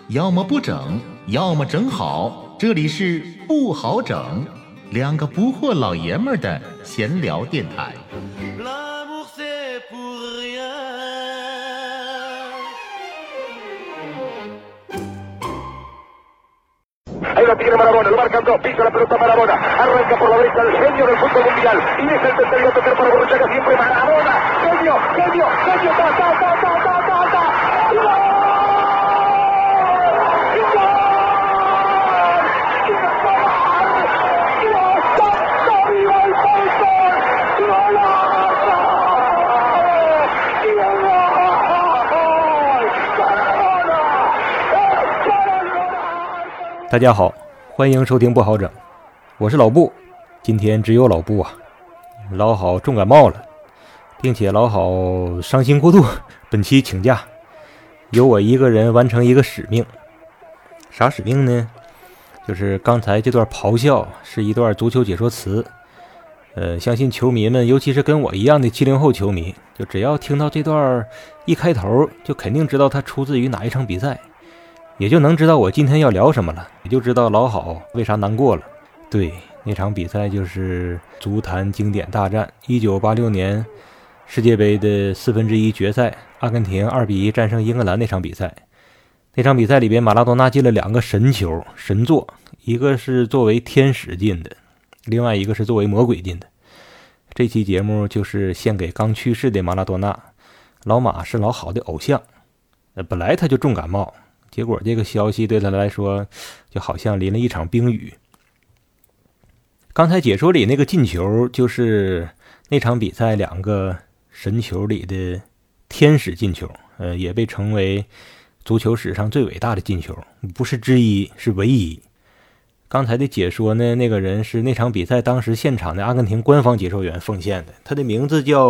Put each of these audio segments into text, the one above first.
要么不整，要么整好。这里是不好整，两个不惑老爷们儿的闲聊电台。 Ahí lo tiene Maradona, lo marcan dos, pisa la pelota Maradona, arranca por la derecha el genio del fútbol mundial, y es el tercero a tocar para Borruchaga, siempre Maradona, genio, 大家好，欢迎收听不好整，我是老布。今天只有老布啊，老好重感冒了，并且老好伤心过度，本期请假，由我一个人完成一个使命。啥使命呢？就是刚才这段咆哮是一段足球解说词。相信球迷们，尤其是跟我一样的70后球迷，就只要听到这段一开头，就肯定知道它出自于哪一场比赛。也就能知道我今天要聊什么了，也就知道老好为啥难过了。对，那场比赛就是足坛经典大战1986年世界杯的1/4决赛，阿根廷2-1战胜英格兰那场比赛。那场比赛里边，马拉多纳进了2个神球神作，一个是作为天使进的，另外一个是作为魔鬼进的。这期节目就是献给刚去世的马拉多纳，老马是老好的偶像。本来他就重感冒，结果这个消息对他来说就好像淋了一场冰雨。刚才解说里那个进球就是那场比赛2个神球里的天使进球，也被称为足球史上最伟大的进球，不是之一，是唯一。刚才的解说呢，那个人是那场比赛当时现场的阿根廷官方解说员奉献的，他的名字叫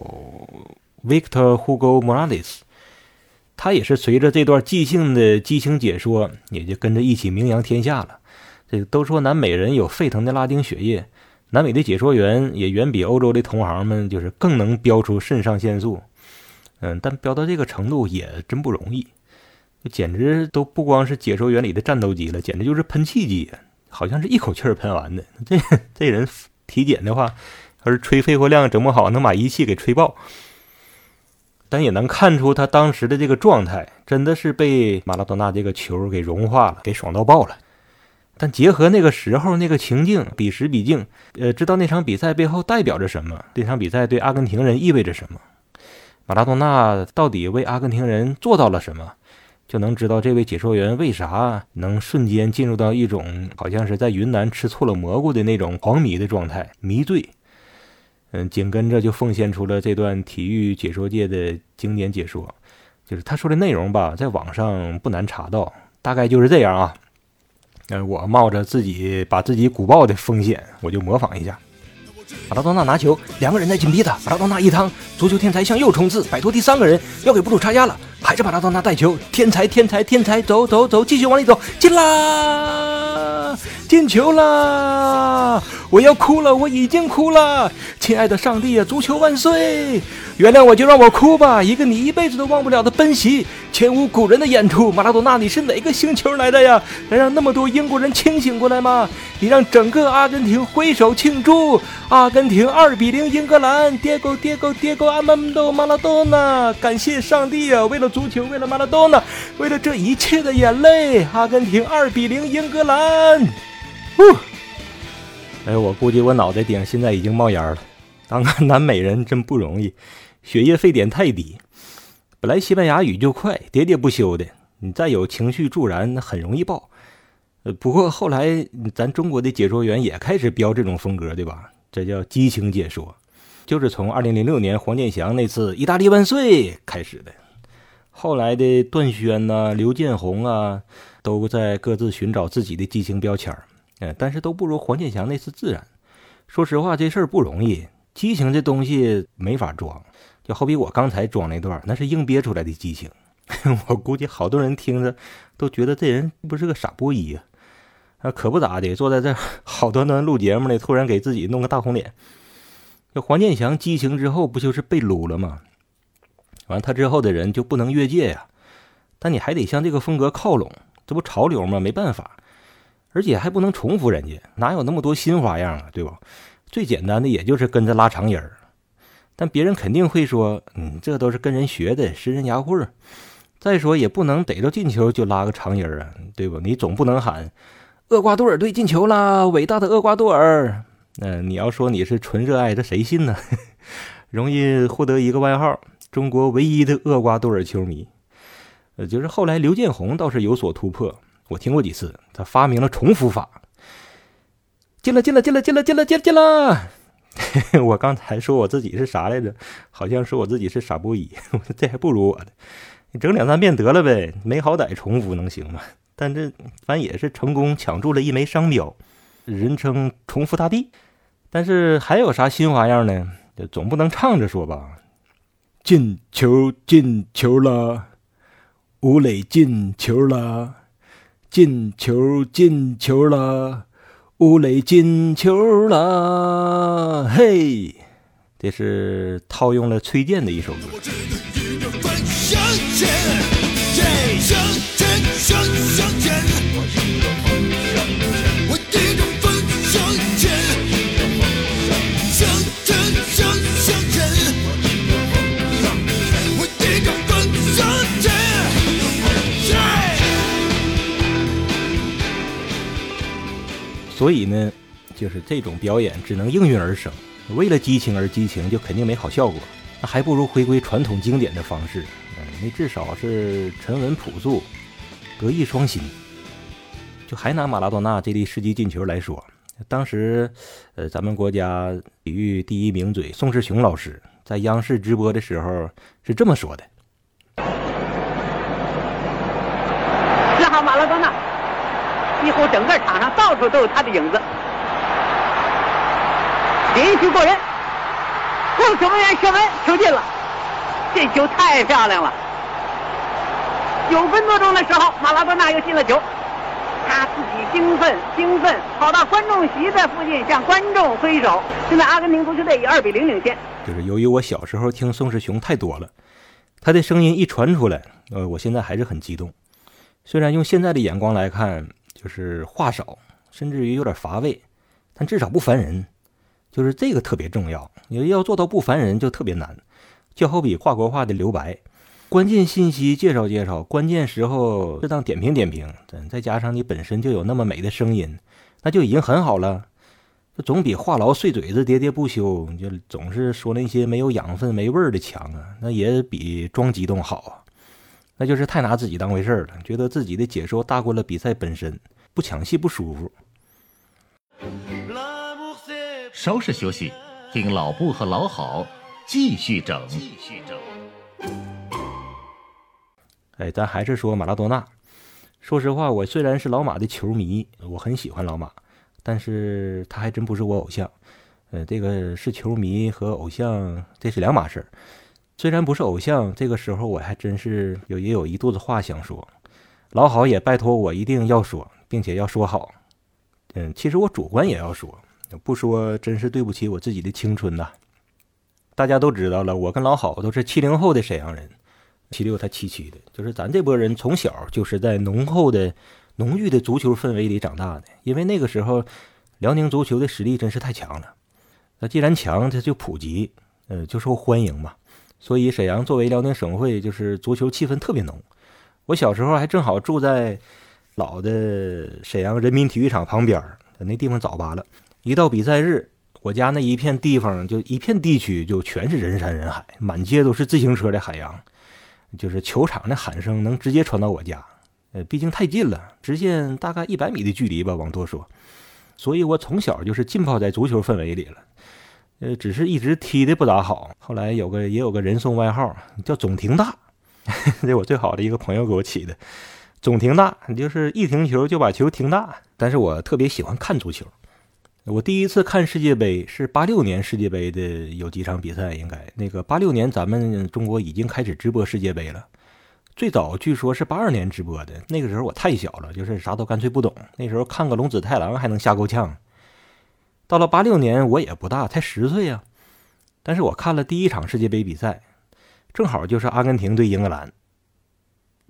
Victor Hugo Morales。他也是随着这段即兴的激情解说，也就跟着一起名扬天下了。这个都说南美人有沸腾的拉丁血液，南美的解说员也远比欧洲的同行们就是更能飙出肾上腺素。但飙到这个程度也真不容易，就简直都不光是解说员里的战斗机了，简直就是喷气机，好像是一口气喷完的。这人体检的话，要是吹肺活量整不好，能把仪器给吹爆。但也能看出他当时的这个状态真的是被马拉多纳这个球给融化了，给爽到爆了。但结合那个时候那个情境，彼时彼境，知道那场比赛背后代表着什么，这场比赛对阿根廷人意味着什么，马拉多纳到底为阿根廷人做到了什么，就能知道这位解说员为啥能瞬间进入到一种好像是在云南吃错了蘑菇的那种狂迷的状态，迷醉。紧跟着就奉献出了这段体育解说界的经典解说，就是他说的内容吧，在网上不难查到，大概就是这样啊。我冒着把自己鼓爆的风险，我就模仿一下。马拉多纳拿球，2个人在紧逼他，马拉多纳一趟，足球天才向右冲刺，摆脱第3个人，要给布鲁插压了，还是马拉多纳带球，天才，走，继续往里走，进啦，进球啦！我要哭了，我已经哭了，亲爱的上帝啊，足球万岁！原谅我就让我哭吧，一个你一辈子都忘不了的奔袭，前无古人的演出。马拉多纳，你是哪个星球来的呀？能让那么多英国人清醒过来吗？你让整个阿根廷挥手庆祝，阿根廷2-0英格兰，迭戈阿曼多马拉多纳，感谢上帝啊！为了足球，为了马拉多纳，为了这一切的眼泪，阿根廷2-0英格兰。我估计我脑袋顶现在已经冒烟了。当个南美人真不容易，血液沸点太低。本来西班牙语就快，喋喋不休的，你再有情绪助燃，很容易爆。不过后来咱中国的解说员也开始标这种风格，对吧？这叫激情解说，就是从2006年黄健翔那次意大利万岁开始的。后来的段轩啊、刘建宏啊，都在各自寻找自己的激情标签，但是都不如黄健翔那次自然。说实话，这事儿不容易，激情这东西没法装，就好比我刚才装那段，那是硬憋出来的激情。我估计好多人听着都觉得这人不是个傻波一啊。可不咋的，坐在这好端端录节目呢，突然给自己弄个大红脸。这黄健翔激情之后不就是被撸了吗？完他之后的人就不能越界呀。 但你还得向这个风格靠拢，这不潮流吗？没办法，而且还不能重复人家，哪有那么多新花样啊，对吧？最简单的也就是跟着拉长音儿，但别人肯定会说，这都是跟人学的，诗人牙慧。再说也不能逮着进球就拉个长音儿啊，对吧？你总不能喊厄瓜多尔队进球啦，伟大的厄瓜多尔。你要说你是纯热爱，这谁信呢？容易获得一个外号，中国唯一的厄瓜多尔球迷。就是后来刘建宏倒是有所突破，我听过几次，他发明了重复法。进了！我刚才说我自己是啥来着？好像说我自己是傻波伊，这还不如我的。你整2-3遍得了呗，没好歹重复能行吗？但这反正也是成功抢注了一枚商标，人称重复大帝。但是还有啥新花样呢？总不能唱着说吧。进球了，吴磊进球了，进球了，吴磊进球了，嘿，这是套用了崔健的一首歌。所以呢，就是这种表演只能应运而生，为了激情而激情，就肯定没好效果。那还不如回归传统经典的方式，那至少是沉稳朴素，德艺双馨。就还拿马拉多纳这粒世纪进球来说，当时咱们国家体育第一名嘴宋世雄老师在央视直播的时候是这么说的 4号马拉多纳几乎整个场上到处都有他的影子，连续过人，护球门员射门，球进了，这球太漂亮了。9分多钟的时候，马拉多纳又进了球，他自己兴奋，跑到观众席的附近向观众挥手。现在阿根廷足球队以2-0领先。 就是由于我小时候听宋世雄太多了，他的声音一传出来，我现在还是很激动。虽然用现在的眼光来看，就是话少，甚至于有点乏味，但至少不烦人。就是这个特别重要，要做到不烦人就特别难。就好比跨国话的留白，关键信息介绍介绍，关键时候适当点评点评，再加上你本身就有那么美的声音，那就已经很好了。这总比话痨碎嘴子喋喋不休，就总是说那些没有养分没味儿的强啊，那也比装激动好啊。那就是太拿自己当回事了，觉得自己的解说大过了比赛本身，不抢戏不舒服。 稍事休息，听老布和老好继续整。 咱还是说马拉多纳。说实话，我虽然是老马的球迷，我很喜欢老马，但是他还真不是我偶像。这个是球迷和偶像，这是两码事。虽然不是偶像，这个时候我还真是也有一肚子话想说。老好也拜托我一定要说，并且要说好。其实我主观也要说，不说真是对不起我自己的青春呐。大家都知道了，我跟老好都是70后的沈阳人，76他77的，就是咱这波人从小就是在浓郁的足球氛围里长大的。因为那个时候辽宁足球的实力真是太强了，那既然强，它就普及，就受欢迎嘛。所以沈阳作为辽宁省会，就是足球气氛特别浓。我小时候还正好住在老的沈阳人民体育场旁边，那地方早罢了。一到比赛日，我家那一片地方，就一片地区就全是人山人海，满街都是自行车的海洋。就是球场的喊声能直接传到我家，毕竟太近了，直线大概100米的距离吧，往多说。所以我从小就是浸泡在足球氛围里了。只是一直踢的不咋好，后来也有个人送外号叫总停大，这我最好的一个朋友给我起的，总停大，就是一停球就把球停大。但是我特别喜欢看足球，我第一次看世界杯是86年世界杯的有几场比赛，应该那个86年咱们中国已经开始直播世界杯了，最早据说是82年直播的，那个时候我太小了，就是啥都干脆不懂，那时候看个龙子太郎还能吓够呛。到了86年我也不大，才10岁啊。但是我看了第一场世界杯比赛，正好就是阿根廷对英格兰。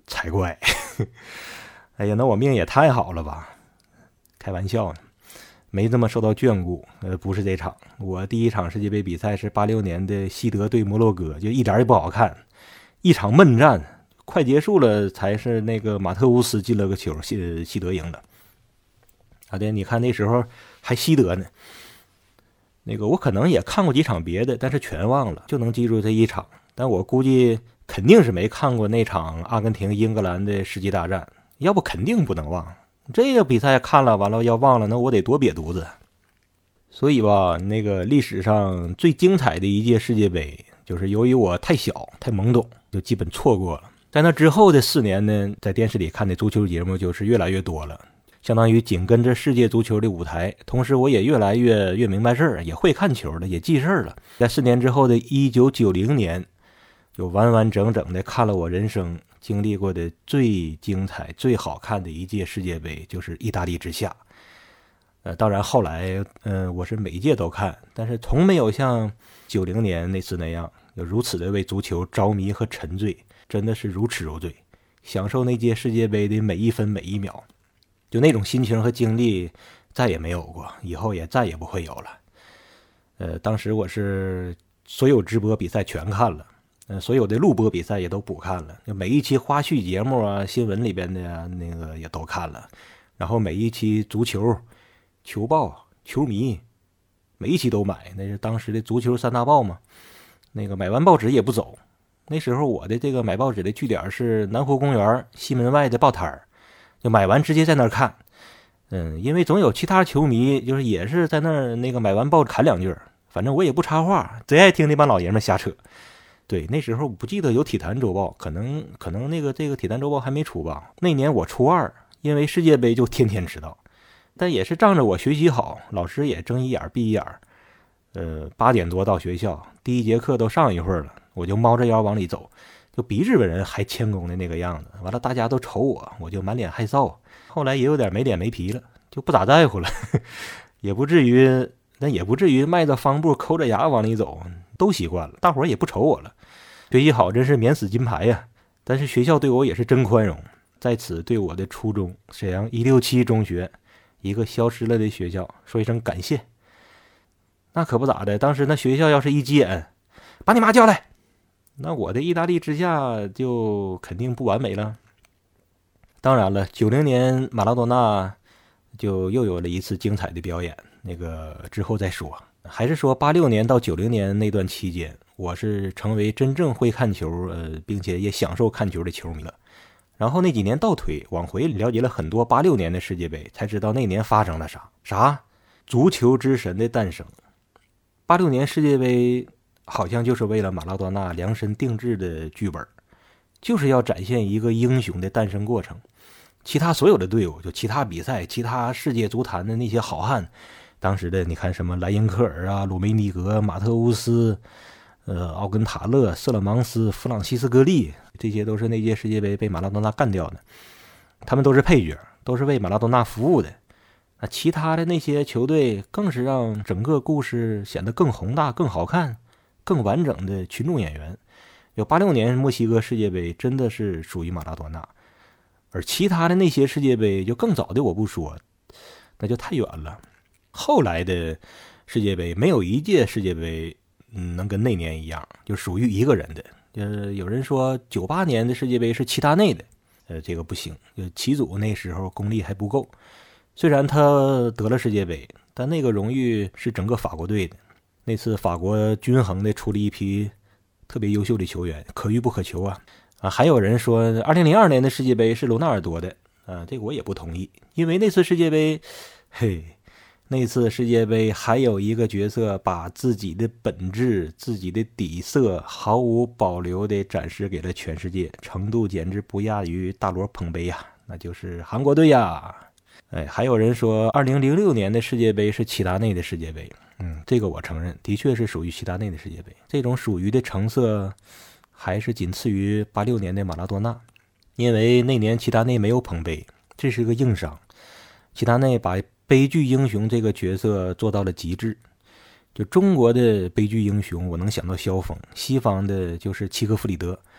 才怪。哎呀，那我命也太好了吧？开玩笑呢，没这么受到眷顾。不是这场，我第一场世界杯比赛是86年的西德对摩洛哥，就一点也不好看，一场闷战，快结束了才是那个马特乌斯进了个球，西德赢了。对，你看那时候还西德呢。那个我可能也看过几场别的，但是全忘了，就能记住这一场。但我估计肯定是没看过那场阿根廷英格兰的世纪大战，要不肯定不能忘。这个比赛看了完了要忘了，那我得多瘪犊子。所以吧，那个历史上最精彩的一届世界杯，就是由于我太小太懵懂，就基本错过了。在那之后的4年呢，在电视里看的足球节目就是越来越多了，相当于紧跟着世界足球的舞台。同时我也越来越明白事儿，也会看球了，也记事儿了。在4年之后的1990年，就完完整整的看了我人生经历过的最精彩最好看的一届世界杯，就是意大利之夏。当然后来我是每一届都看，但是从没有像90年那次那样有如此的为足球着迷和沉醉，真的是如痴如醉，享受那届世界杯的每一分每一秒。就那种心情和经历再也没有过，以后也再也不会有了。当时我是所有直播比赛全看了，所有的录播比赛也都补看了，就每一期花絮节目啊、新闻里边的那个也都看了，然后每一期足球、球报、球迷，每一期都买，那是当时的足球3大报嘛。那个买完报纸也不走，那时候我的这个买报纸的据点是南湖公园西门外的报摊儿。就买完直接在那儿看，因为总有其他球迷就是也是在那儿那个买完报侃2句，反正我也不插话，贼爱听那帮老爷们瞎扯。对，那时候我不记得有体坛周报，可能那个这个体坛周报还没出吧。那年我初2，因为世界杯就天天迟到，但也是仗着我学习好，老师也睁一眼闭一眼。8点多到学校，第一节课都上一会儿了，我就猫着腰往里走。就比日本人还谦恭的那个样子，完了大家都瞅我，我就满脸害臊。后来也有点没脸没皮了，就不咋在乎了，也不至于迈着方步抠着牙往里走，都习惯了，大伙儿也不瞅我了。学习好真是免死金牌呀！但是学校对我也是真宽容，在此对我的初中沈阳167中学，一个消失了的学校说一声感谢。那可不咋的，当时那学校要是一急眼，把你妈叫来，那我的意大利之夏就肯定不完美了。当然了，90年马拉多纳就又有了一次精彩的表演，那个之后再说。还是说86年到90年那段期间，我是成为真正会看球并且也享受看球的球迷了。然后那几年倒推往回了解了很多86年的世界杯，才知道那年发生了啥足球之神的诞生。86年世界杯好像就是为了马拉多纳量身定制的剧本，就是要展现一个英雄的诞生过程。其他所有的队伍，就其他比赛、其他世界足坛的那些好汉，当时的你看什么莱因克尔啊、鲁梅尼格、马特乌斯、奥根塔勒、瑟勒芒斯、弗朗西斯格利，这些都是那届世界杯被马拉多纳干掉的，他们都是配角，都是为马拉多纳服务的。其他的那些球队更是让整个故事显得更宏大、更好看、更完整的群众演员。有86年墨西哥世界杯真的是属于马拉多纳，而其他的那些世界杯就更早的我不说，那就太远了。后来的世界杯没有一届世界杯能跟那年一样，就属于一个人的。有人说98年的世界杯是齐达内的，这个不行，就齐祖那时候功力还不够。虽然他得了世界杯，但那个荣誉是整个法国队的。那次法国均衡的出了一批特别优秀的球员，可遇不可求啊！还有人说2002年的世界杯是罗纳尔多的，这个我也不同意，因为那次世界杯，那次世界杯还有一个角色把自己的本质、自己的底色毫无保留地展示给了全世界，程度简直不亚于大罗捧杯呀，那就是韩国队呀！还有人说2006年的世界杯是齐达内的世界杯，这个我承认，的确是属于齐达内的世界杯。这种属于的成色还是仅次于86年的马拉多纳，因为那年齐达内没有捧杯，这是个硬伤。齐达内把悲剧英雄这个角色做到了极致。就中国的悲剧英雄，我能想到萧峰，西方的就是齐格弗里德。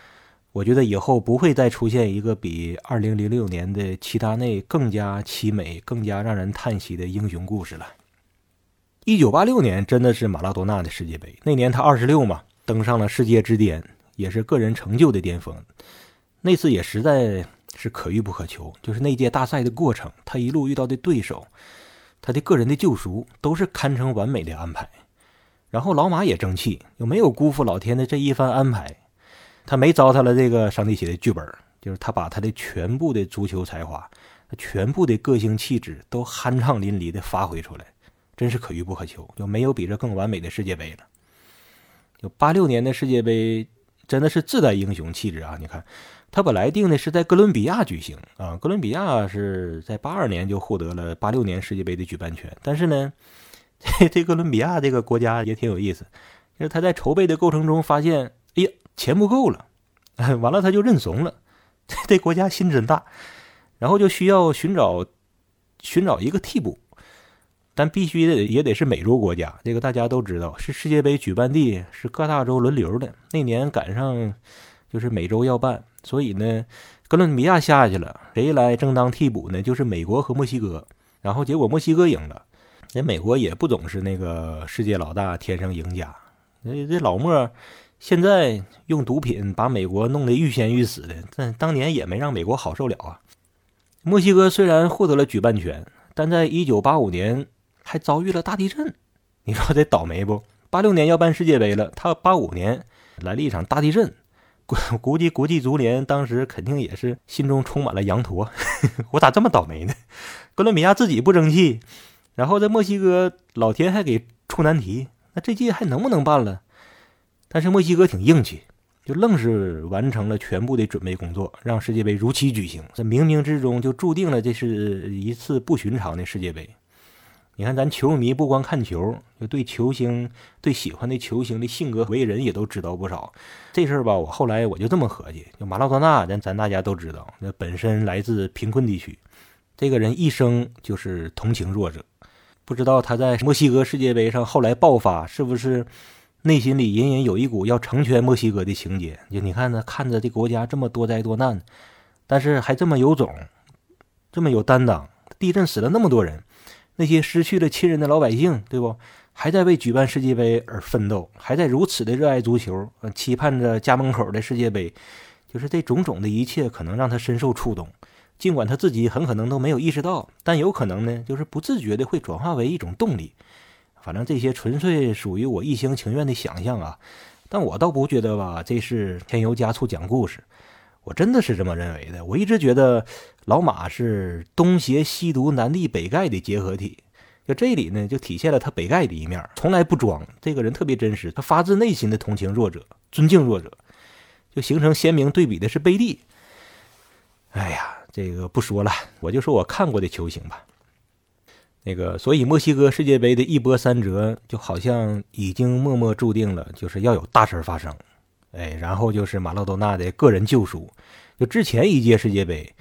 我觉得以后不会再出现一个比2006年的齐达内更加凄美、更加让人叹息的英雄故事了。1986年真的是马拉多纳的世界杯，那年他26嘛，登上了世界之巅，也是个人成就的巅峰。那次也实在是可遇不可求，就是那届大赛的过程，他一路遇到的对手，他的个人的救赎，都是堪称完美的安排。然后老马也争气，又没有辜负老天的这一番安排，他没糟蹋了这个上帝写的剧本，就是他把他的全部的足球才华，全部的个性气质都酣畅淋漓的发挥出来，真是可遇不可求，就没有比这更完美的世界杯了。就86年的世界杯真的是自带英雄气质啊！你看，他本来定的是在哥伦比亚举行啊，哥伦比亚是在82年就获得了86年世界杯的举办权，但是呢，这哥伦比亚这个国家也挺有意思，就是他在筹备的过程中发现，哎呀，钱不够了，完了他就认怂了，这国家心真大，然后就需要寻找一个替补，但必须也得是美洲国家，这个大家都知道，是世界杯举办地是各大洲轮流的，那年赶上就是美洲要办，所以呢，哥伦比亚下去了，谁来正当替补呢？就是美国和墨西哥，然后结果墨西哥赢了。人美国也不总是那个世界老大天生赢家，这老莫现在用毒品把美国弄得欲仙欲死的，但当年也没让美国好受了啊。墨西哥虽然获得了举办权，但在1985年还遭遇了大地震，你说这倒霉不？86年要办世界杯了，他85年来了一场大地震，估计国际足联当时肯定也是心中充满了羊驼，我咋这么倒霉呢？哥伦比亚自己不争气，然后在墨西哥老天还给出难题，那这届还能不能办了？但是墨西哥挺硬气，就愣是完成了全部的准备工作，让世界杯如期举行。这冥冥之中就注定了这是一次不寻常的世界杯。你看咱球迷不光看球，就对球星、对喜欢的球星的性格为人也都知道不少。这事儿吧，后来我就这么合计，就马拉多纳咱大家都知道，那本身来自贫困地区，这个人一生就是同情弱者。不知道他在墨西哥世界杯上后来爆发，是不是内心里隐隐有一股要成全墨西哥的情节？就你看呢，看着这国家这么多灾多难，但是还这么有种，这么有担当，地震死了那么多人，那些失去了亲人的老百姓，对不？还在为举办世界杯而奋斗，还在如此的热爱足球，期盼着家门口的世界杯，就是这种种的一切可能让他深受触动。尽管他自己很可能都没有意识到，但有可能呢，就是不自觉的会转化为一种动力。反正这些纯粹属于我一厢情愿的想象啊，但我倒不觉得吧，这是添油加醋讲故事，我真的是这么认为的。我一直觉得老马是东邪西毒南帝北丐的结合体，就这里呢就体现了他北丐的一面，从来不装，这个人特别真实，他发自内心的同情弱者，尊敬弱者，就形成鲜明对比的是贝利。哎呀，这个不说了，我就说我看过的球星吧。所以墨西哥世界杯的一波三折就好像已经默默注定了，就是要有大事发生。然后就是马拉多纳的个人救赎。就之前一届世界杯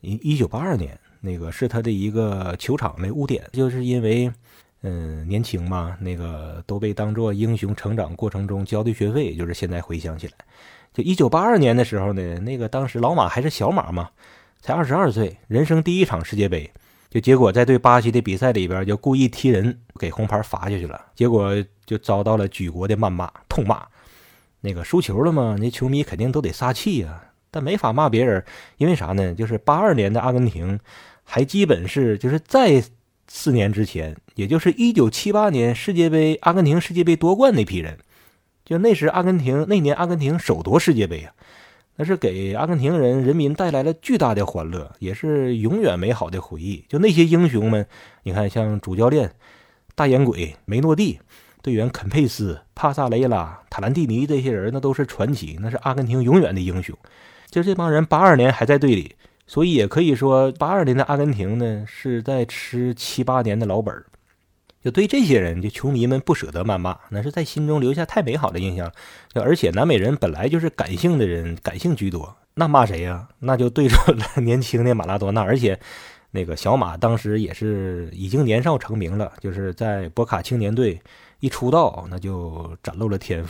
1982年是他的一个球场的污点，就是因为年轻嘛，都被当作英雄成长过程中交的学费，就是现在回想起来，就1982年的时候呢，当时老马还是小马嘛，才22岁，人生第一场世界杯，就结果在对巴西的比赛里边就故意踢人，给红牌罚下去了，结果就遭到了举国的谩骂痛骂。输球了嘛，那球迷肯定都得撒气啊，但没法骂别人，因为啥呢？就是82年的阿根廷还基本是就是在4年之前，也就是1978年世界杯阿根廷世界杯夺冠那批人，就那年阿根廷首夺世界杯啊，那是给阿根廷人民带来了巨大的欢乐，也是永远美好的回忆。就那些英雄们，你看像主教练大眼鬼梅诺蒂，队员肯佩斯、帕萨雷拉、塔兰蒂尼，这些人那都是传奇，那是阿根廷永远的英雄。就这帮人82年还在队里，所以也可以说82年的阿根廷呢是在吃7、8年的老本。就对这些人，就球迷们不舍得谩骂，那是在心中留下太美好的印象。而且南美人本来就是感性的人，感性居多，那骂谁呀？那就对准了年轻的马拉多纳。而且小马当时也是已经年少成名了，就是在博卡青年队一出道，那就展露了天赋，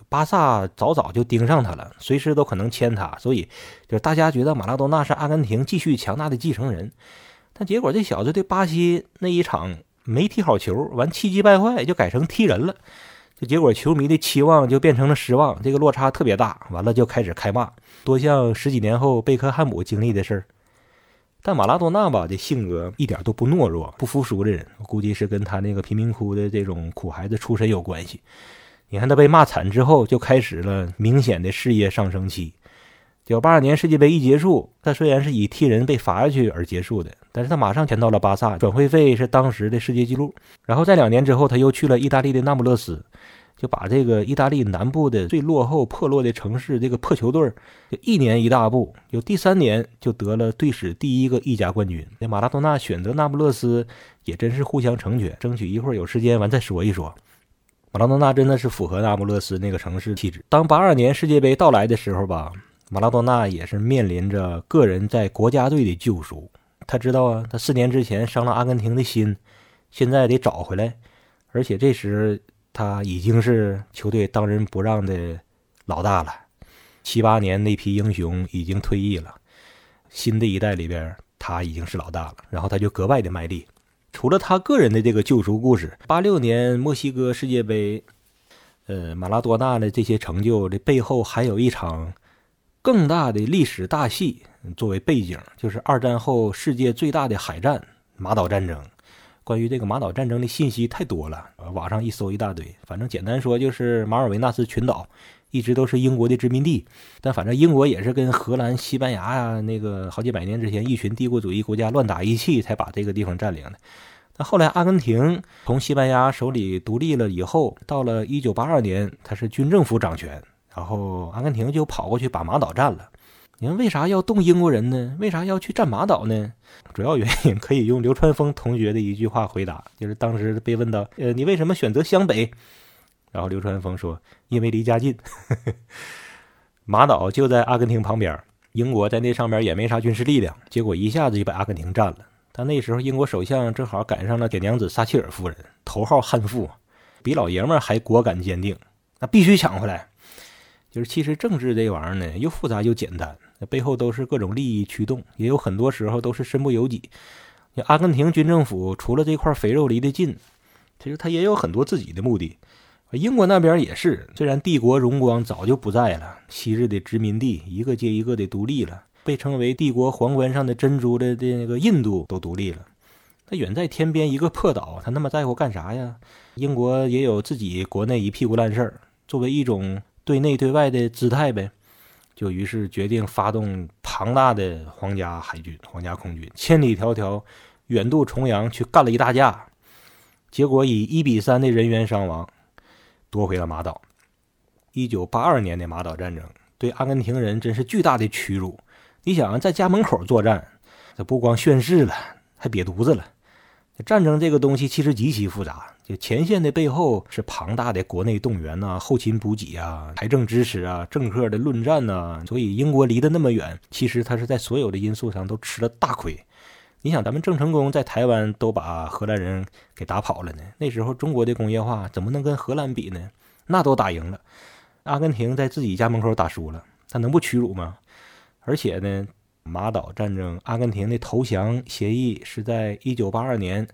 巴萨早早就盯上他了，随时都可能签他，所以就是大家觉得马拉多纳是阿根廷继续强大的继承人。但结果这小子对巴西那一场没踢好球，完气急败坏就改成踢人了，就结果球迷的期望就变成了失望，这个落差特别大，完了就开始开骂，多像10几年后贝克汉姆经历的事儿。但马拉多纳吧，这性格一点都不懦弱，不服输的人，我估计是跟他那个贫民窟的这种苦孩子出身有关系。你看他被骂惨之后，就开始了明显的事业上升期。92年世界杯一结束，他虽然是以踢人被罚下去而结束的，但是他马上签到了巴萨，转会费是当时的世界纪录。然后在2年之后，他又去了意大利的那不勒斯，就把这个意大利南部的最落后破落的城市这个破球队就1年一大步，就第3年就得了队史第1个意甲冠军。那马拉多纳选择那不勒斯也真是互相成全，争取一会儿有时间完再说一说。马拉多纳真的是符合那不勒斯那个城市气质。当82年世界杯到来的时候吧，马拉多纳也是面临着个人在国家队的救赎。他知道啊，他4年之前伤了阿根廷的心，现在得找回来，而且这时他已经是球队当仁不让的老大了。78年那批英雄已经退役了，新的一代里边他已经是老大了，然后他就格外的卖力。除了他个人的这个救赎故事，86年墨西哥世界杯，马拉多纳的这些成就的背后还有一场更大的历史大戏作为背景，就是2战后世界最大的海战马岛战争。关于这个马岛战争的信息太多了，网上一搜一大堆。反正简单说就是马尔维纳斯群岛一直都是英国的殖民地，但反正英国也是跟荷兰、西班牙呀那个好几百年之前一群帝国主义国家乱打一气才把这个地方占领的。但后来阿根廷从西班牙手里独立了以后，到了1982年他是军政府掌权，然后阿根廷就跑过去把马岛占了。你们为啥要动英国人呢？为啥要去占马岛呢？主要原因可以用流川枫同学的一句话回答，就是当时被问到你为什么选择湘北？然后流川枫说因为离家近。马岛就在阿根廷旁边，英国在那上边也没啥军事力量，结果一下子就把阿根廷占了。但那时候英国首相正好赶上了铁娘子撒切尔夫人，头号悍妇，比老爷们还果敢坚定，那必须抢回来。就是其实政治这玩意儿呢，又复杂又简单，背后都是各种利益驱动，也有很多时候都是身不由己。阿根廷军政府除了这块肥肉离得近，其实他也有很多自己的目的。英国那边也是，虽然帝国荣光早就不在了，昔日的殖民地一个接一个的独立了，被称为帝国皇冠上的珍珠的那个印度都独立了，那远在天边一个破岛，他那么在乎干啥呀？英国也有自己国内一屁股烂事儿，作为一种对内对外的姿态呗，就于是决定发动庞大的皇家海军、皇家空军，千里迢迢远渡重洋去干了一大架，结果以1-3的人员伤亡夺回了马岛。1982年的马岛战争对阿根廷人真是巨大的屈辱。你想在家门口作战，这不光宣誓了，还瘪犊子了。战争这个东西其实极其复杂，就前线的背后是庞大的国内动员啊、后勤补给啊、财政支持啊、政客的论战啊，所以英国离得那么远，其实他是在所有的因素上都吃了大亏。你想咱们郑成功在台湾都把荷兰人给打跑了呢，那时候中国的工业化怎么能跟荷兰比呢？那都打赢了。阿根廷在自己家门口打输了，他能不屈辱吗？而且呢，马岛战争阿根廷的投降协议是在1982年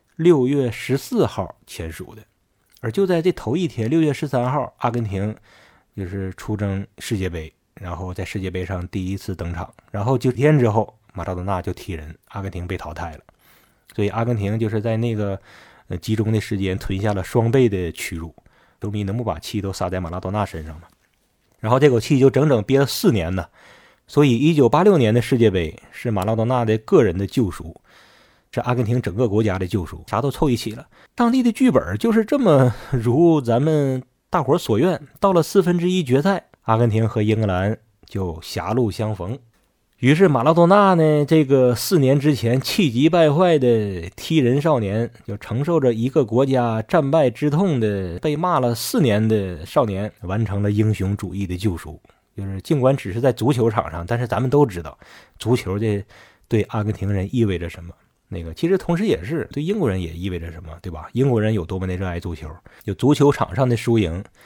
6月14号签署的，而就在这头一天6月13号，阿根廷就是出征世界杯，然后在世界杯上第一次登场，然后9天之后马拉多纳就踢人，阿根廷被淘汰了。所以阿根廷就是在那个集中的时间吞下了双倍的屈辱，球迷能不把气都撒在马拉多纳身上吗？然后这口气就整整憋了4年呢。所以1986年的世界杯是马拉多纳的个人的救赎，是阿根廷整个国家的救赎，啥都凑一起了。当地的剧本就是这么如咱们大伙所愿，到了1/4决赛，阿根廷和英格兰就狭路相逢。于是马拉多纳呢，这个4年之前气急败坏的踢人少年，就承受着一个国家战败之痛的被骂了4年的少年，完成了英雄主义的救赎。就是尽管只是在足球场上，但是咱们都知道足球这对阿根廷人意味着什么。其实同时也是对英国人也意味着什么，对吧？英国人有多么的热爱足球，有足球场上的输赢，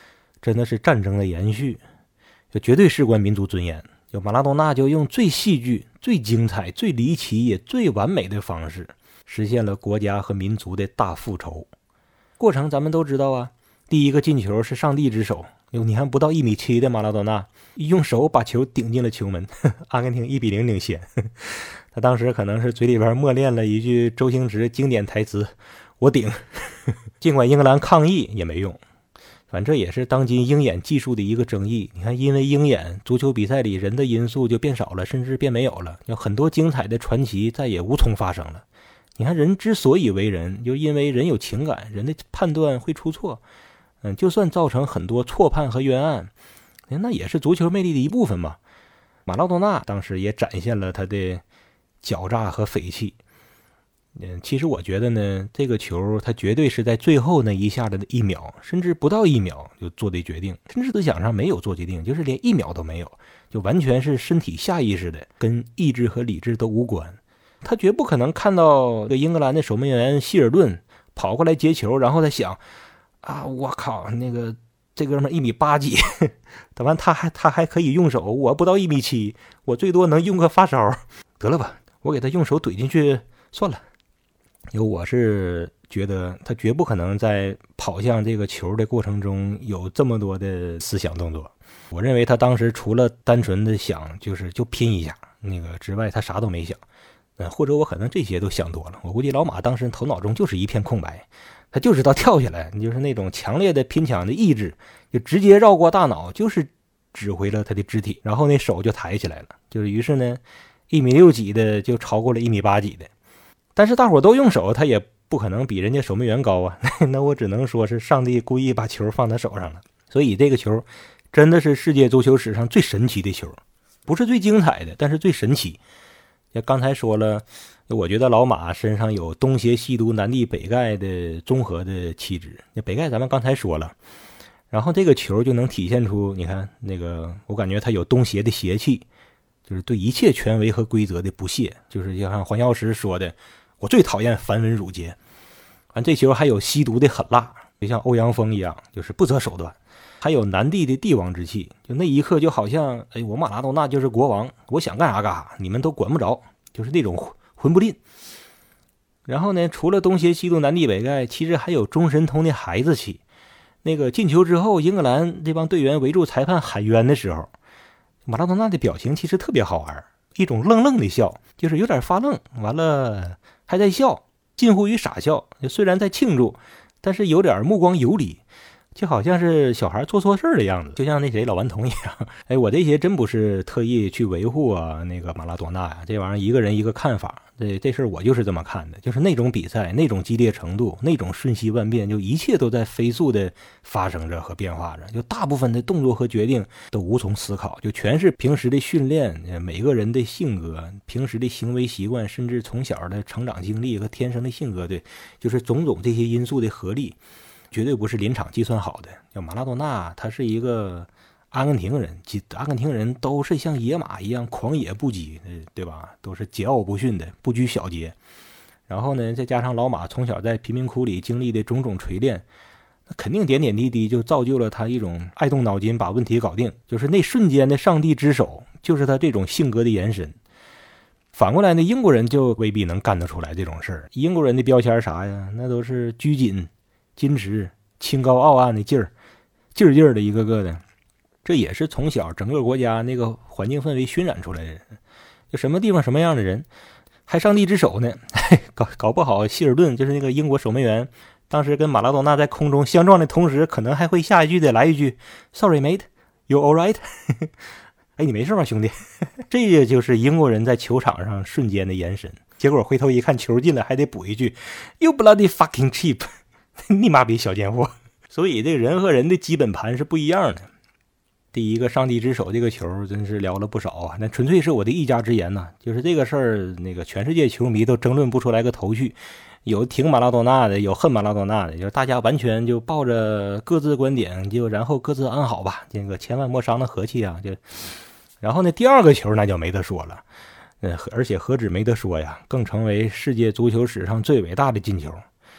真的是战争的延续，就绝对事关民族尊严。就马拉多纳就用最戏剧、最精彩、最离奇也最完美的方式，实现了国家和民族的大复仇。过程咱们都知道啊，第一个进球是上帝之手，你看不到1.7米的马拉多纳用手把球顶进了球门，阿根廷1-0领先。他当时可能是嘴里边默念了一句周星驰经典台词：“我顶。”尽管英格兰抗议也没用。反正这也是当今鹰眼技术的一个争议。你看，因为鹰眼，足球比赛里人的因素就变少了，甚至变没有了，有很多精彩的传奇再也无从发生了。你看，人之所以为人，就因为人有情感，人的判断会出错。就算造成很多错判和冤案，那也是足球魅力的一部分嘛。马拉多纳当时也展现了他的狡诈和匪气。其实我觉得呢，这个球他绝对是在最后那一下的1秒，甚至不到1秒就做的决定，甚至思想上没有做决定，就是连1秒都没有，就完全是身体下意识的，跟意志和理智都无关。他绝不可能看到英格兰的守门员希尔顿跑过来接球，然后他想啊，我靠，这哥们1.8米几，等完他还可以用手，我不到1.7米，我最多能用个发烧，得了吧，我给他用手怼进去算了。我是觉得他绝不可能在跑向这个球的过程中有这么多的思想动作。我认为他当时除了单纯的想就拼一下之外，他啥都没想。或者我可能这些都想多了。我估计老马当时头脑中就是一片空白，他就知道跳下来，就是那种强烈的拼抢的意志，就直接绕过大脑，就是指挥了他的肢体，然后那手就抬起来了，于是呢1.6米几的就超过了1.8米几的。但是大伙都用手，他也不可能比人家守门员高啊。那我只能说是上帝故意把球放他手上了。所以这个球真的是世界足球史上最神奇的球，不是最精彩的，但是最神奇。刚才说了，我觉得老马身上有东邪西毒南帝北丐的综合的气质。北丐咱们刚才说了，然后这个球就能体现出，你看我感觉他有东邪的邪气，就是对一切权威和规则的不屑，就是像黄药师说的，我最讨厌繁文缛节。这球还有西毒的狠辣，就像欧阳锋一样，就是不择手段。还有南帝的帝王之气，就那一刻就好像我马拉多纳就是国王，我想干啥干啥，你们都管不着，就是那种混不吝。然后呢，除了东邪西毒南帝北丐，其实还有中神通的孩子气。进球之后，英格兰这帮队员围住裁判喊冤的时候，马拉多纳的表情其实特别好玩，一种愣愣的笑，就是有点发愣，完了还在笑，近乎于傻笑，虽然在庆祝，但是有点目光游离，就好像是小孩做错事的样子，就像那谁老顽童一样。我这些真不是特意去维护马拉多纳呀，这玩意儿一个人一个看法。这事儿我就是这么看的，就是那种比赛，那种激烈程度，那种瞬息万变，就一切都在飞速的发生着和变化着，就大部分的动作和决定都无从思考，就全是平时的训练，每个人的性格，平时的行为习惯，甚至从小的成长经历和天生的性格，对，就是种种这些因素的合力，绝对不是临场计算好的。马拉多纳他是一个阿根廷人，阿根廷人都是像野马一样狂野不羁，对吧？都是桀骜不驯的，不拘小节。然后呢，再加上老马从小在贫民窟里经历的种种锤炼，那肯定点点滴滴就造就了他一种爱动脑筋把问题搞定，就是那瞬间的上帝之手，就是他这种性格的延伸。反过来呢，英国人就未必能干得出来这种事儿。英国人的标签啥呀？那都是拘谨、矜持、清高傲岸的劲儿的一个个的。这也是从小整个国家那个环境氛围熏染出来的，就什么地方什么样的人，还上帝之手呢。搞不好希尔顿就是那个英国守门员，当时跟马拉多纳在空中相撞的同时，可能还会下一句的来一句 Sorry mate, you alright 你没事吧兄弟这个就是英国人在球场上瞬间的延伸。结果回头一看球进了，还得补一句 You bloody fucking cheap 你妈逼小贱货。所以这个人和人的基本盘是不一样的。第一个上帝之手这个球真是聊了不少啊，那纯粹是我的一家之言呐。就是这个事儿，全世界球迷都争论不出来个头绪，有挺马拉多纳的，有恨马拉多纳的，就是大家完全就抱着各自观点，就然后各自安好吧，这个千万莫伤了和气啊。然后呢，第二个球那就没得说了，而且何止没得说呀，更成为世界足球史上最伟大的进球。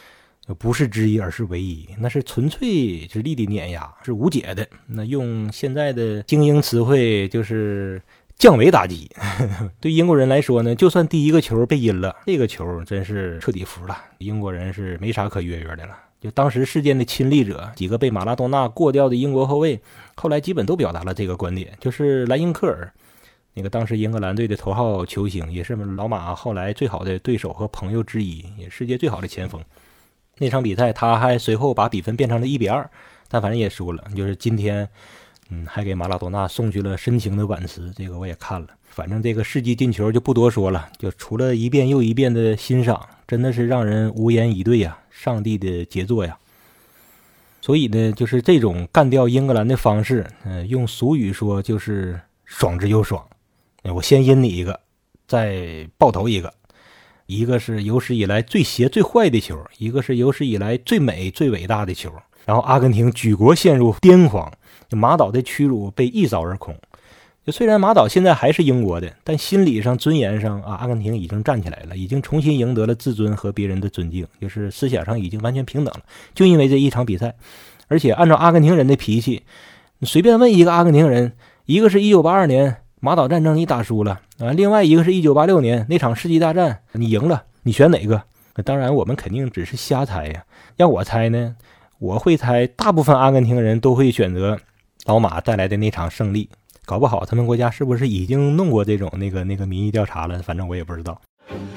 不是之一，而是唯一，那是纯粹之力的碾压，是无解的。那用现在的精英词汇就是降维打击。对英国人来说呢，就算第一个球被阴了，这个球真是彻底服了，英国人是没啥可约约的了。就当时事件的亲历者，几个被马拉多纳过掉的英国后卫，后来基本都表达了这个观点，就是莱因克尔，那个当时英格兰队的头号球星，也是老马后来最好的对手和朋友之一，也世界最好的前锋。那场比赛他还随后把比分变成了1-2，但反正也输了。就是今天还给马拉多纳送去了深情的挽词，这个我也看了。反正这个世纪进球就不多说了，就除了一遍又一遍的欣赏，真的是让人无言以对呀，上帝的杰作呀。所以呢，就是这种干掉英格兰的方式，用俗语说就是爽之又爽。我先阴你一个，再爆头一个。一个是有史以来最邪最坏的球，一个是有史以来最美最伟大的球。然后阿根廷举国陷入癫狂，马岛的屈辱被一扫而空。就虽然马岛现在还是英国的，但心理上尊严上阿根廷已经站起来了，已经重新赢得了自尊和别人的尊敬，就是思想上已经完全平等了，就因为这一场比赛。而且按照阿根廷人的脾气，你随便问一个阿根廷人，一个是1982年马岛战争你打输了另外一个是1986年那场世纪大战你赢了，你选哪个？当然我们肯定只是瞎猜呀。要我猜呢，我会猜大部分阿根廷人都会选择老马带来的那场胜利。搞不好他们国家是不是已经弄过这种那个民意调查了，反正我也不知道。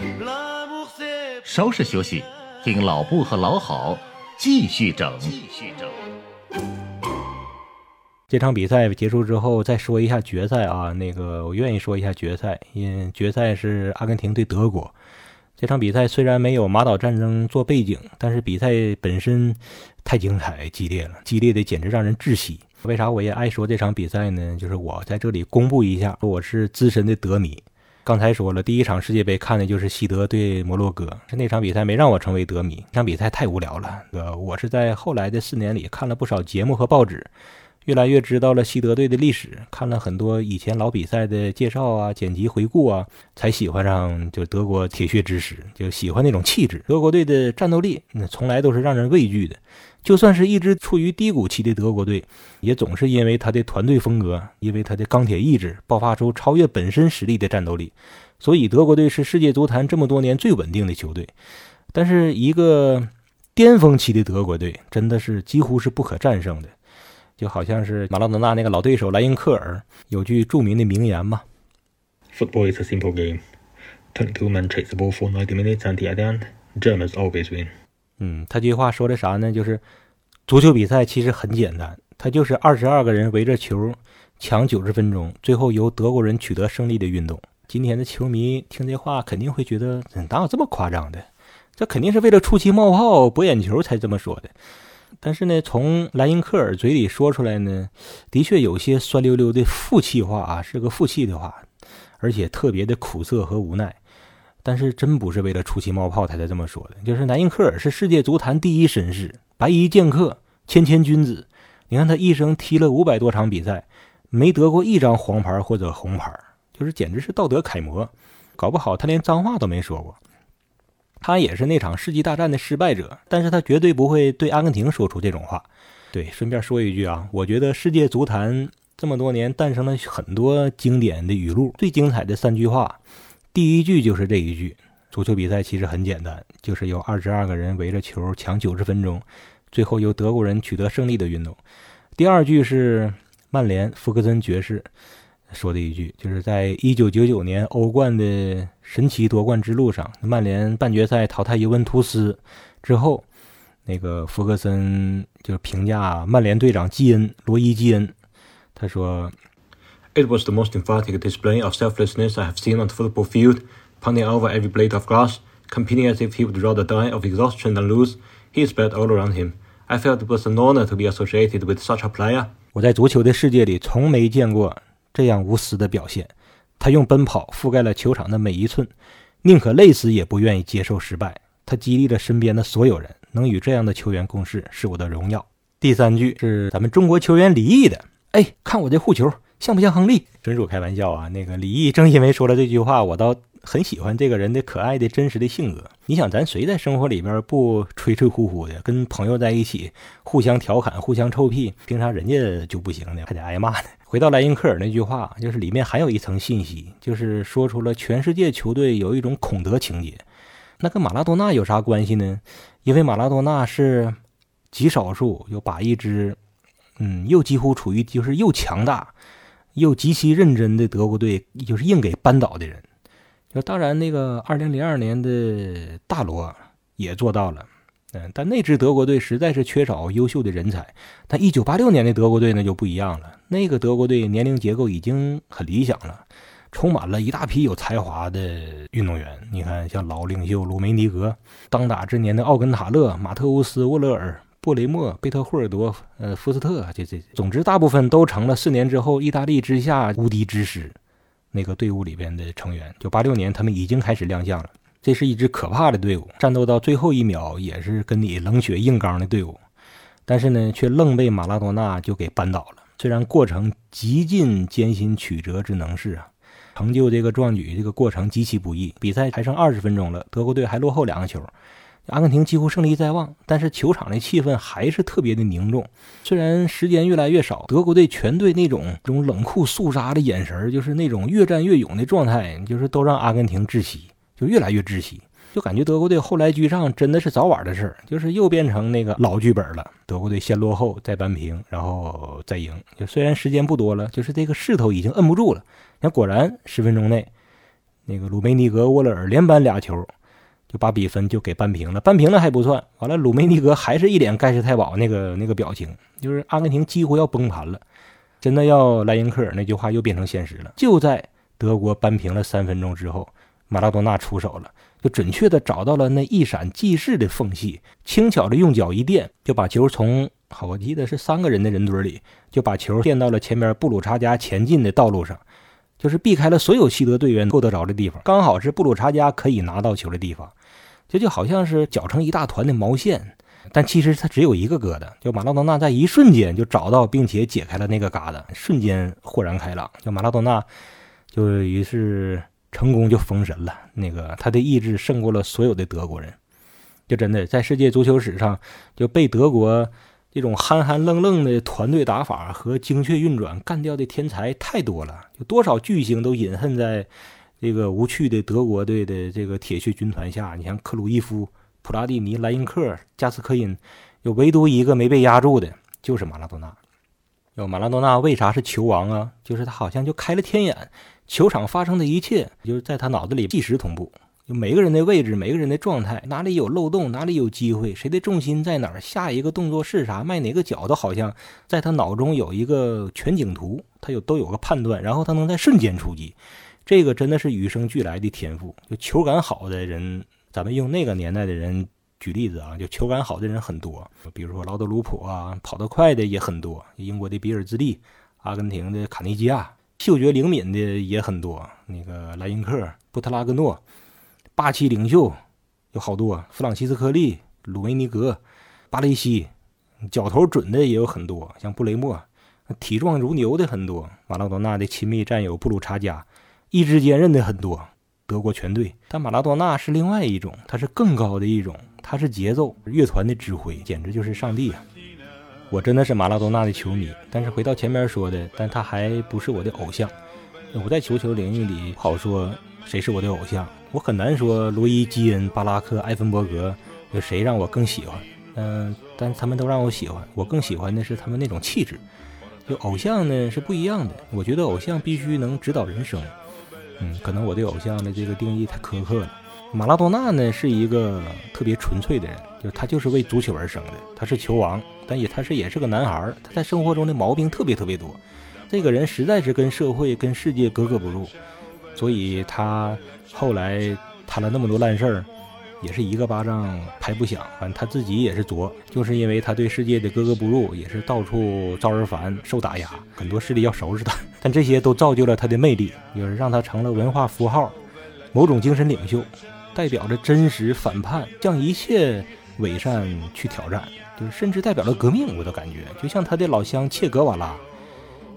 稍事休息，听老布和老好继续整。 这场比赛结束之后再说一下决赛啊，我愿意说一下决赛，因为决赛是阿根廷对德国。这场比赛虽然没有马岛战争做背景，但是比赛本身太精彩激烈了，激烈的简直让人窒息。为啥我也爱说这场比赛呢？就是我在这里公布一下，我是资深的德迷。刚才说了，第一场世界杯看的就是西德对摩洛哥，那场比赛没让我成为德迷，那场比赛太无聊了。我是在后来的4年里看了不少节目和报纸，越来越知道了西德队的历史，看了很多以前老比赛的介绍啊、剪辑回顾啊，才喜欢上就德国铁血之师，就喜欢那种气质。德国队的战斗力从来都是让人畏惧的，就算是一支处于低谷期的德国队，也总是因为他的团队风格，因为他的钢铁意志，爆发出超越本身实力的战斗力。所以德国队是世界足坛这么多年最稳定的球队。但是一个巅峰期的德国队真的是几乎是不可战胜的。就好像是马拉多纳那个老对手莱因克尔有句著名的名言嘛 Football is a simple game. 22 men chase the ball for 90 minutes and at the end, Germans always win. 他这句话说的啥呢？就是足球比赛其实很简单，它就是22个人围着球抢90分钟，最后由德国人取得胜利的运动。今天的球迷听这话肯定会觉得哪有这么夸张的，这肯定是为了出奇冒泡博眼球才这么说的。但是呢，从莱因克尔嘴里说出来呢，的确有些酸溜溜的负气话啊，是个负气的话，而且特别的苦涩和无奈。但是真不是为了出奇冒泡才这么说的，就是莱因克尔是世界足坛第一绅士，白衣剑客，谦君子。你看他一生踢了500多场比赛，没得过一张黄牌或者红牌，就是简直是道德楷模。搞不好他连脏话都没说过。他也是那场世纪大战的失败者，但是他绝对不会对阿根廷说出这种话。对，顺便说一句啊，我觉得世界足坛这么多年诞生了很多经典的语录，最精彩的3句话，第一句就是这一句：足球比赛其实很简单，就是由22个人围着球抢90分钟，最后由德国人取得胜利的运动。第二句是曼联福克森爵士说的一句，就是在1999年欧冠的神奇夺冠之路上，曼联半决赛淘汰尤文图斯之后，那个福克森就评价曼联队长罗伊基恩，他说 It was the most emphatic display of selflessness I have seen on the football field, pounding over every blade of grass, competing as if he would rather die of exhaustion than lose. He is bad all around him. I felt it was an honor to be associated with such a player. 我在足球的世界里从没见过这样无私的表现，他用奔跑覆盖了球场的每一寸，宁可累死也不愿意接受失败。他激励了身边的所有人，能与这样的球员共事是我的荣耀。第3句是咱们中国球员李毅的，看我这护球， 像不像亨利？纯属开玩笑啊。那个李毅正因为说了这句话，我倒很喜欢这个人的可爱的真实的性格。你想咱谁在生活里边不吹吹呼呼的，跟朋友在一起互相调侃互相臭屁，凭啥人家就不行呢，还得挨骂呢？回到莱因克尔那句话，就是里面还有一层信息，就是说出了全世界球队有一种孔德情节。那跟马拉多纳有啥关系呢？因为马拉多纳是极少数有把一支又几乎处于就是又强大又极其认真的德国队就是硬给扳倒的人。就当然那个2002年的大罗也做到了，但那支德国队实在是缺少优秀的人才。但1986年的德国队呢就不一样了，那个德国队年龄结构已经很理想了，充满了一大批有才华的运动员。你看像老领袖鲁梅尼格，当打之年的奥根塔勒、马特乌斯、沃勒尔、波雷默、贝特霍尔多、福斯特，总之大部分都成了4年之后意大利之下无敌之师那个队伍里边的成员。就86年他们已经开始亮相了，这是一支可怕的队伍，战斗到最后一秒也是跟你冷血硬刚的队伍，但是呢却愣被马拉多纳就给扳倒了。虽然过程极尽艰辛曲折之能事啊，成就这个壮举这个过程极其不易。比赛还剩20分钟了，德国队还落后2个球，阿根廷几乎胜利在望，但是球场的气氛还是特别的凝重。虽然时间越来越少，德国队全队那种冷酷肃杀的眼神，就是那种越战越勇的状态，就是都让阿根廷窒息，就越来越窒息。就感觉德国队后来居上真的是早晚的事儿，就是又变成那个老剧本了。德国队先落后再扳平，然后再赢。就虽然时间不多了，就是这个势头已经摁不住了。那果然10分钟内，那个鲁梅尼格、沃勒尔连扳2球，就把比分就给扳平了。扳平了还不算，完了鲁梅尼格还是一脸盖世太保那个表情，就是阿根廷几乎要崩盘了，真的要莱因克尔那句话又变成现实了。就在德国扳平了3分钟之后，马拉多纳出手了，就准确的找到了那一闪即逝的缝隙，轻巧的用脚一垫，就把球从我记得是3个人的人堆里，就把球垫到了前边布鲁查加前进的道路上，就是避开了所有西德队员够得着的地方，刚好是布鲁查加可以拿到球的地方。这就好像是搅成一大团的毛线，但其实它只有一个疙瘩。就马拉多纳在一瞬间就找到并且解开了那个疙瘩，瞬间豁然开朗。就马拉多纳就于是成功就封神了，那个他的意志胜过了所有的德国人。就真的在世界足球史上，就被德国这种憨憨愣愣的团队打法和精确运转干掉的天才太多了，有多少巨星都隐恨在这个无趣的德国队的这个铁血军团下。你像克鲁伊夫、普拉蒂尼、莱因克、加斯科因，有唯独一个没被压住的就是马拉多纳。有马拉多纳为啥是球王啊？就是他好像就开了天眼，球场发生的一切就是在他脑子里即时同步，就每个人的位置，每个人的状态，哪里有漏洞，哪里有机会，谁的重心在哪儿，下一个动作是啥，迈哪个脚，都好像在他脑中有一个全景图，他都有个判断，然后他能在瞬间出击。这个真的是与生俱来的天赋。就球感好的人，咱们用那个年代的人举例子啊，就球感好的人很多，比如说劳德鲁普啊，跑得快的也很多，英国的比尔兹利，阿根廷的卡内基亚，嗅觉灵敏的也很多，那个莱因克、布特拉格诺，霸气领袖有好多，弗朗西斯科利、鲁梅尼格、巴雷西，脚头准的也有很多，像布雷默，体壮如牛的很多，马拉多纳的亲密战友布鲁查加，意志坚韧的很多，德国全队。但马拉多纳是另外一种，他是更高的一种，他是节奏乐团的指挥，简直就是上帝啊！我真的是马拉多纳的球迷，但是回到前面说的，但他还不是我的偶像。我在球领域里不好说谁是我的偶像，我很难说罗伊、基恩、巴拉克、埃芬伯格有谁让我更喜欢。但他们都让我喜欢，我更喜欢的是他们那种气质。就偶像呢是不一样的，我觉得偶像必须能指导人生。可能我对偶像的这个定义太苛刻了。马拉多纳呢是一个特别纯粹的人，就他就是为足球而生的，他是球王，但他也是个男孩，他在生活中的毛病特别多。这个人实在是跟社会跟世界格格不入，所以他后来摊了那么多烂事儿，也是一个巴掌拍不响。反正他自己也是作，就是因为他对世界的格格不入，也是到处招人烦，受打压，很多势力要收拾他。但这些都造就了他的魅力，就是让他成了文化符号，某种精神领袖，代表着真实反叛，向一切伪善去挑战，就是甚至代表了革命。我的感觉就像他的老乡切格瓦拉，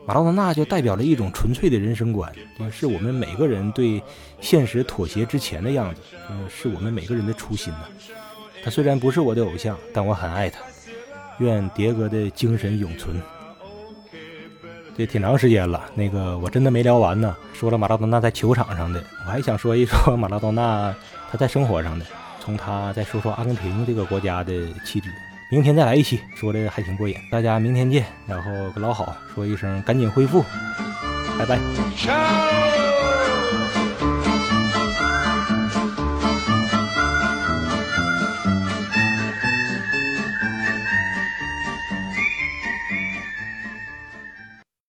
马拉多纳就代表了一种纯粹的人生观，是我们每个人对现实妥协之前的样子，是我们每个人的初心呢。他虽然不是我的偶像，但我很爱他，愿迭戈的精神永存。这挺长时间了，我真的没聊完呢。说了马拉多纳在球场上的，我还想说一说马拉多纳他在生活上的，从他再说说阿根廷这个国家的气质。明天再来一期，说的还挺过瘾。大家明天见，然后跟老好说一声赶紧恢复，拜拜。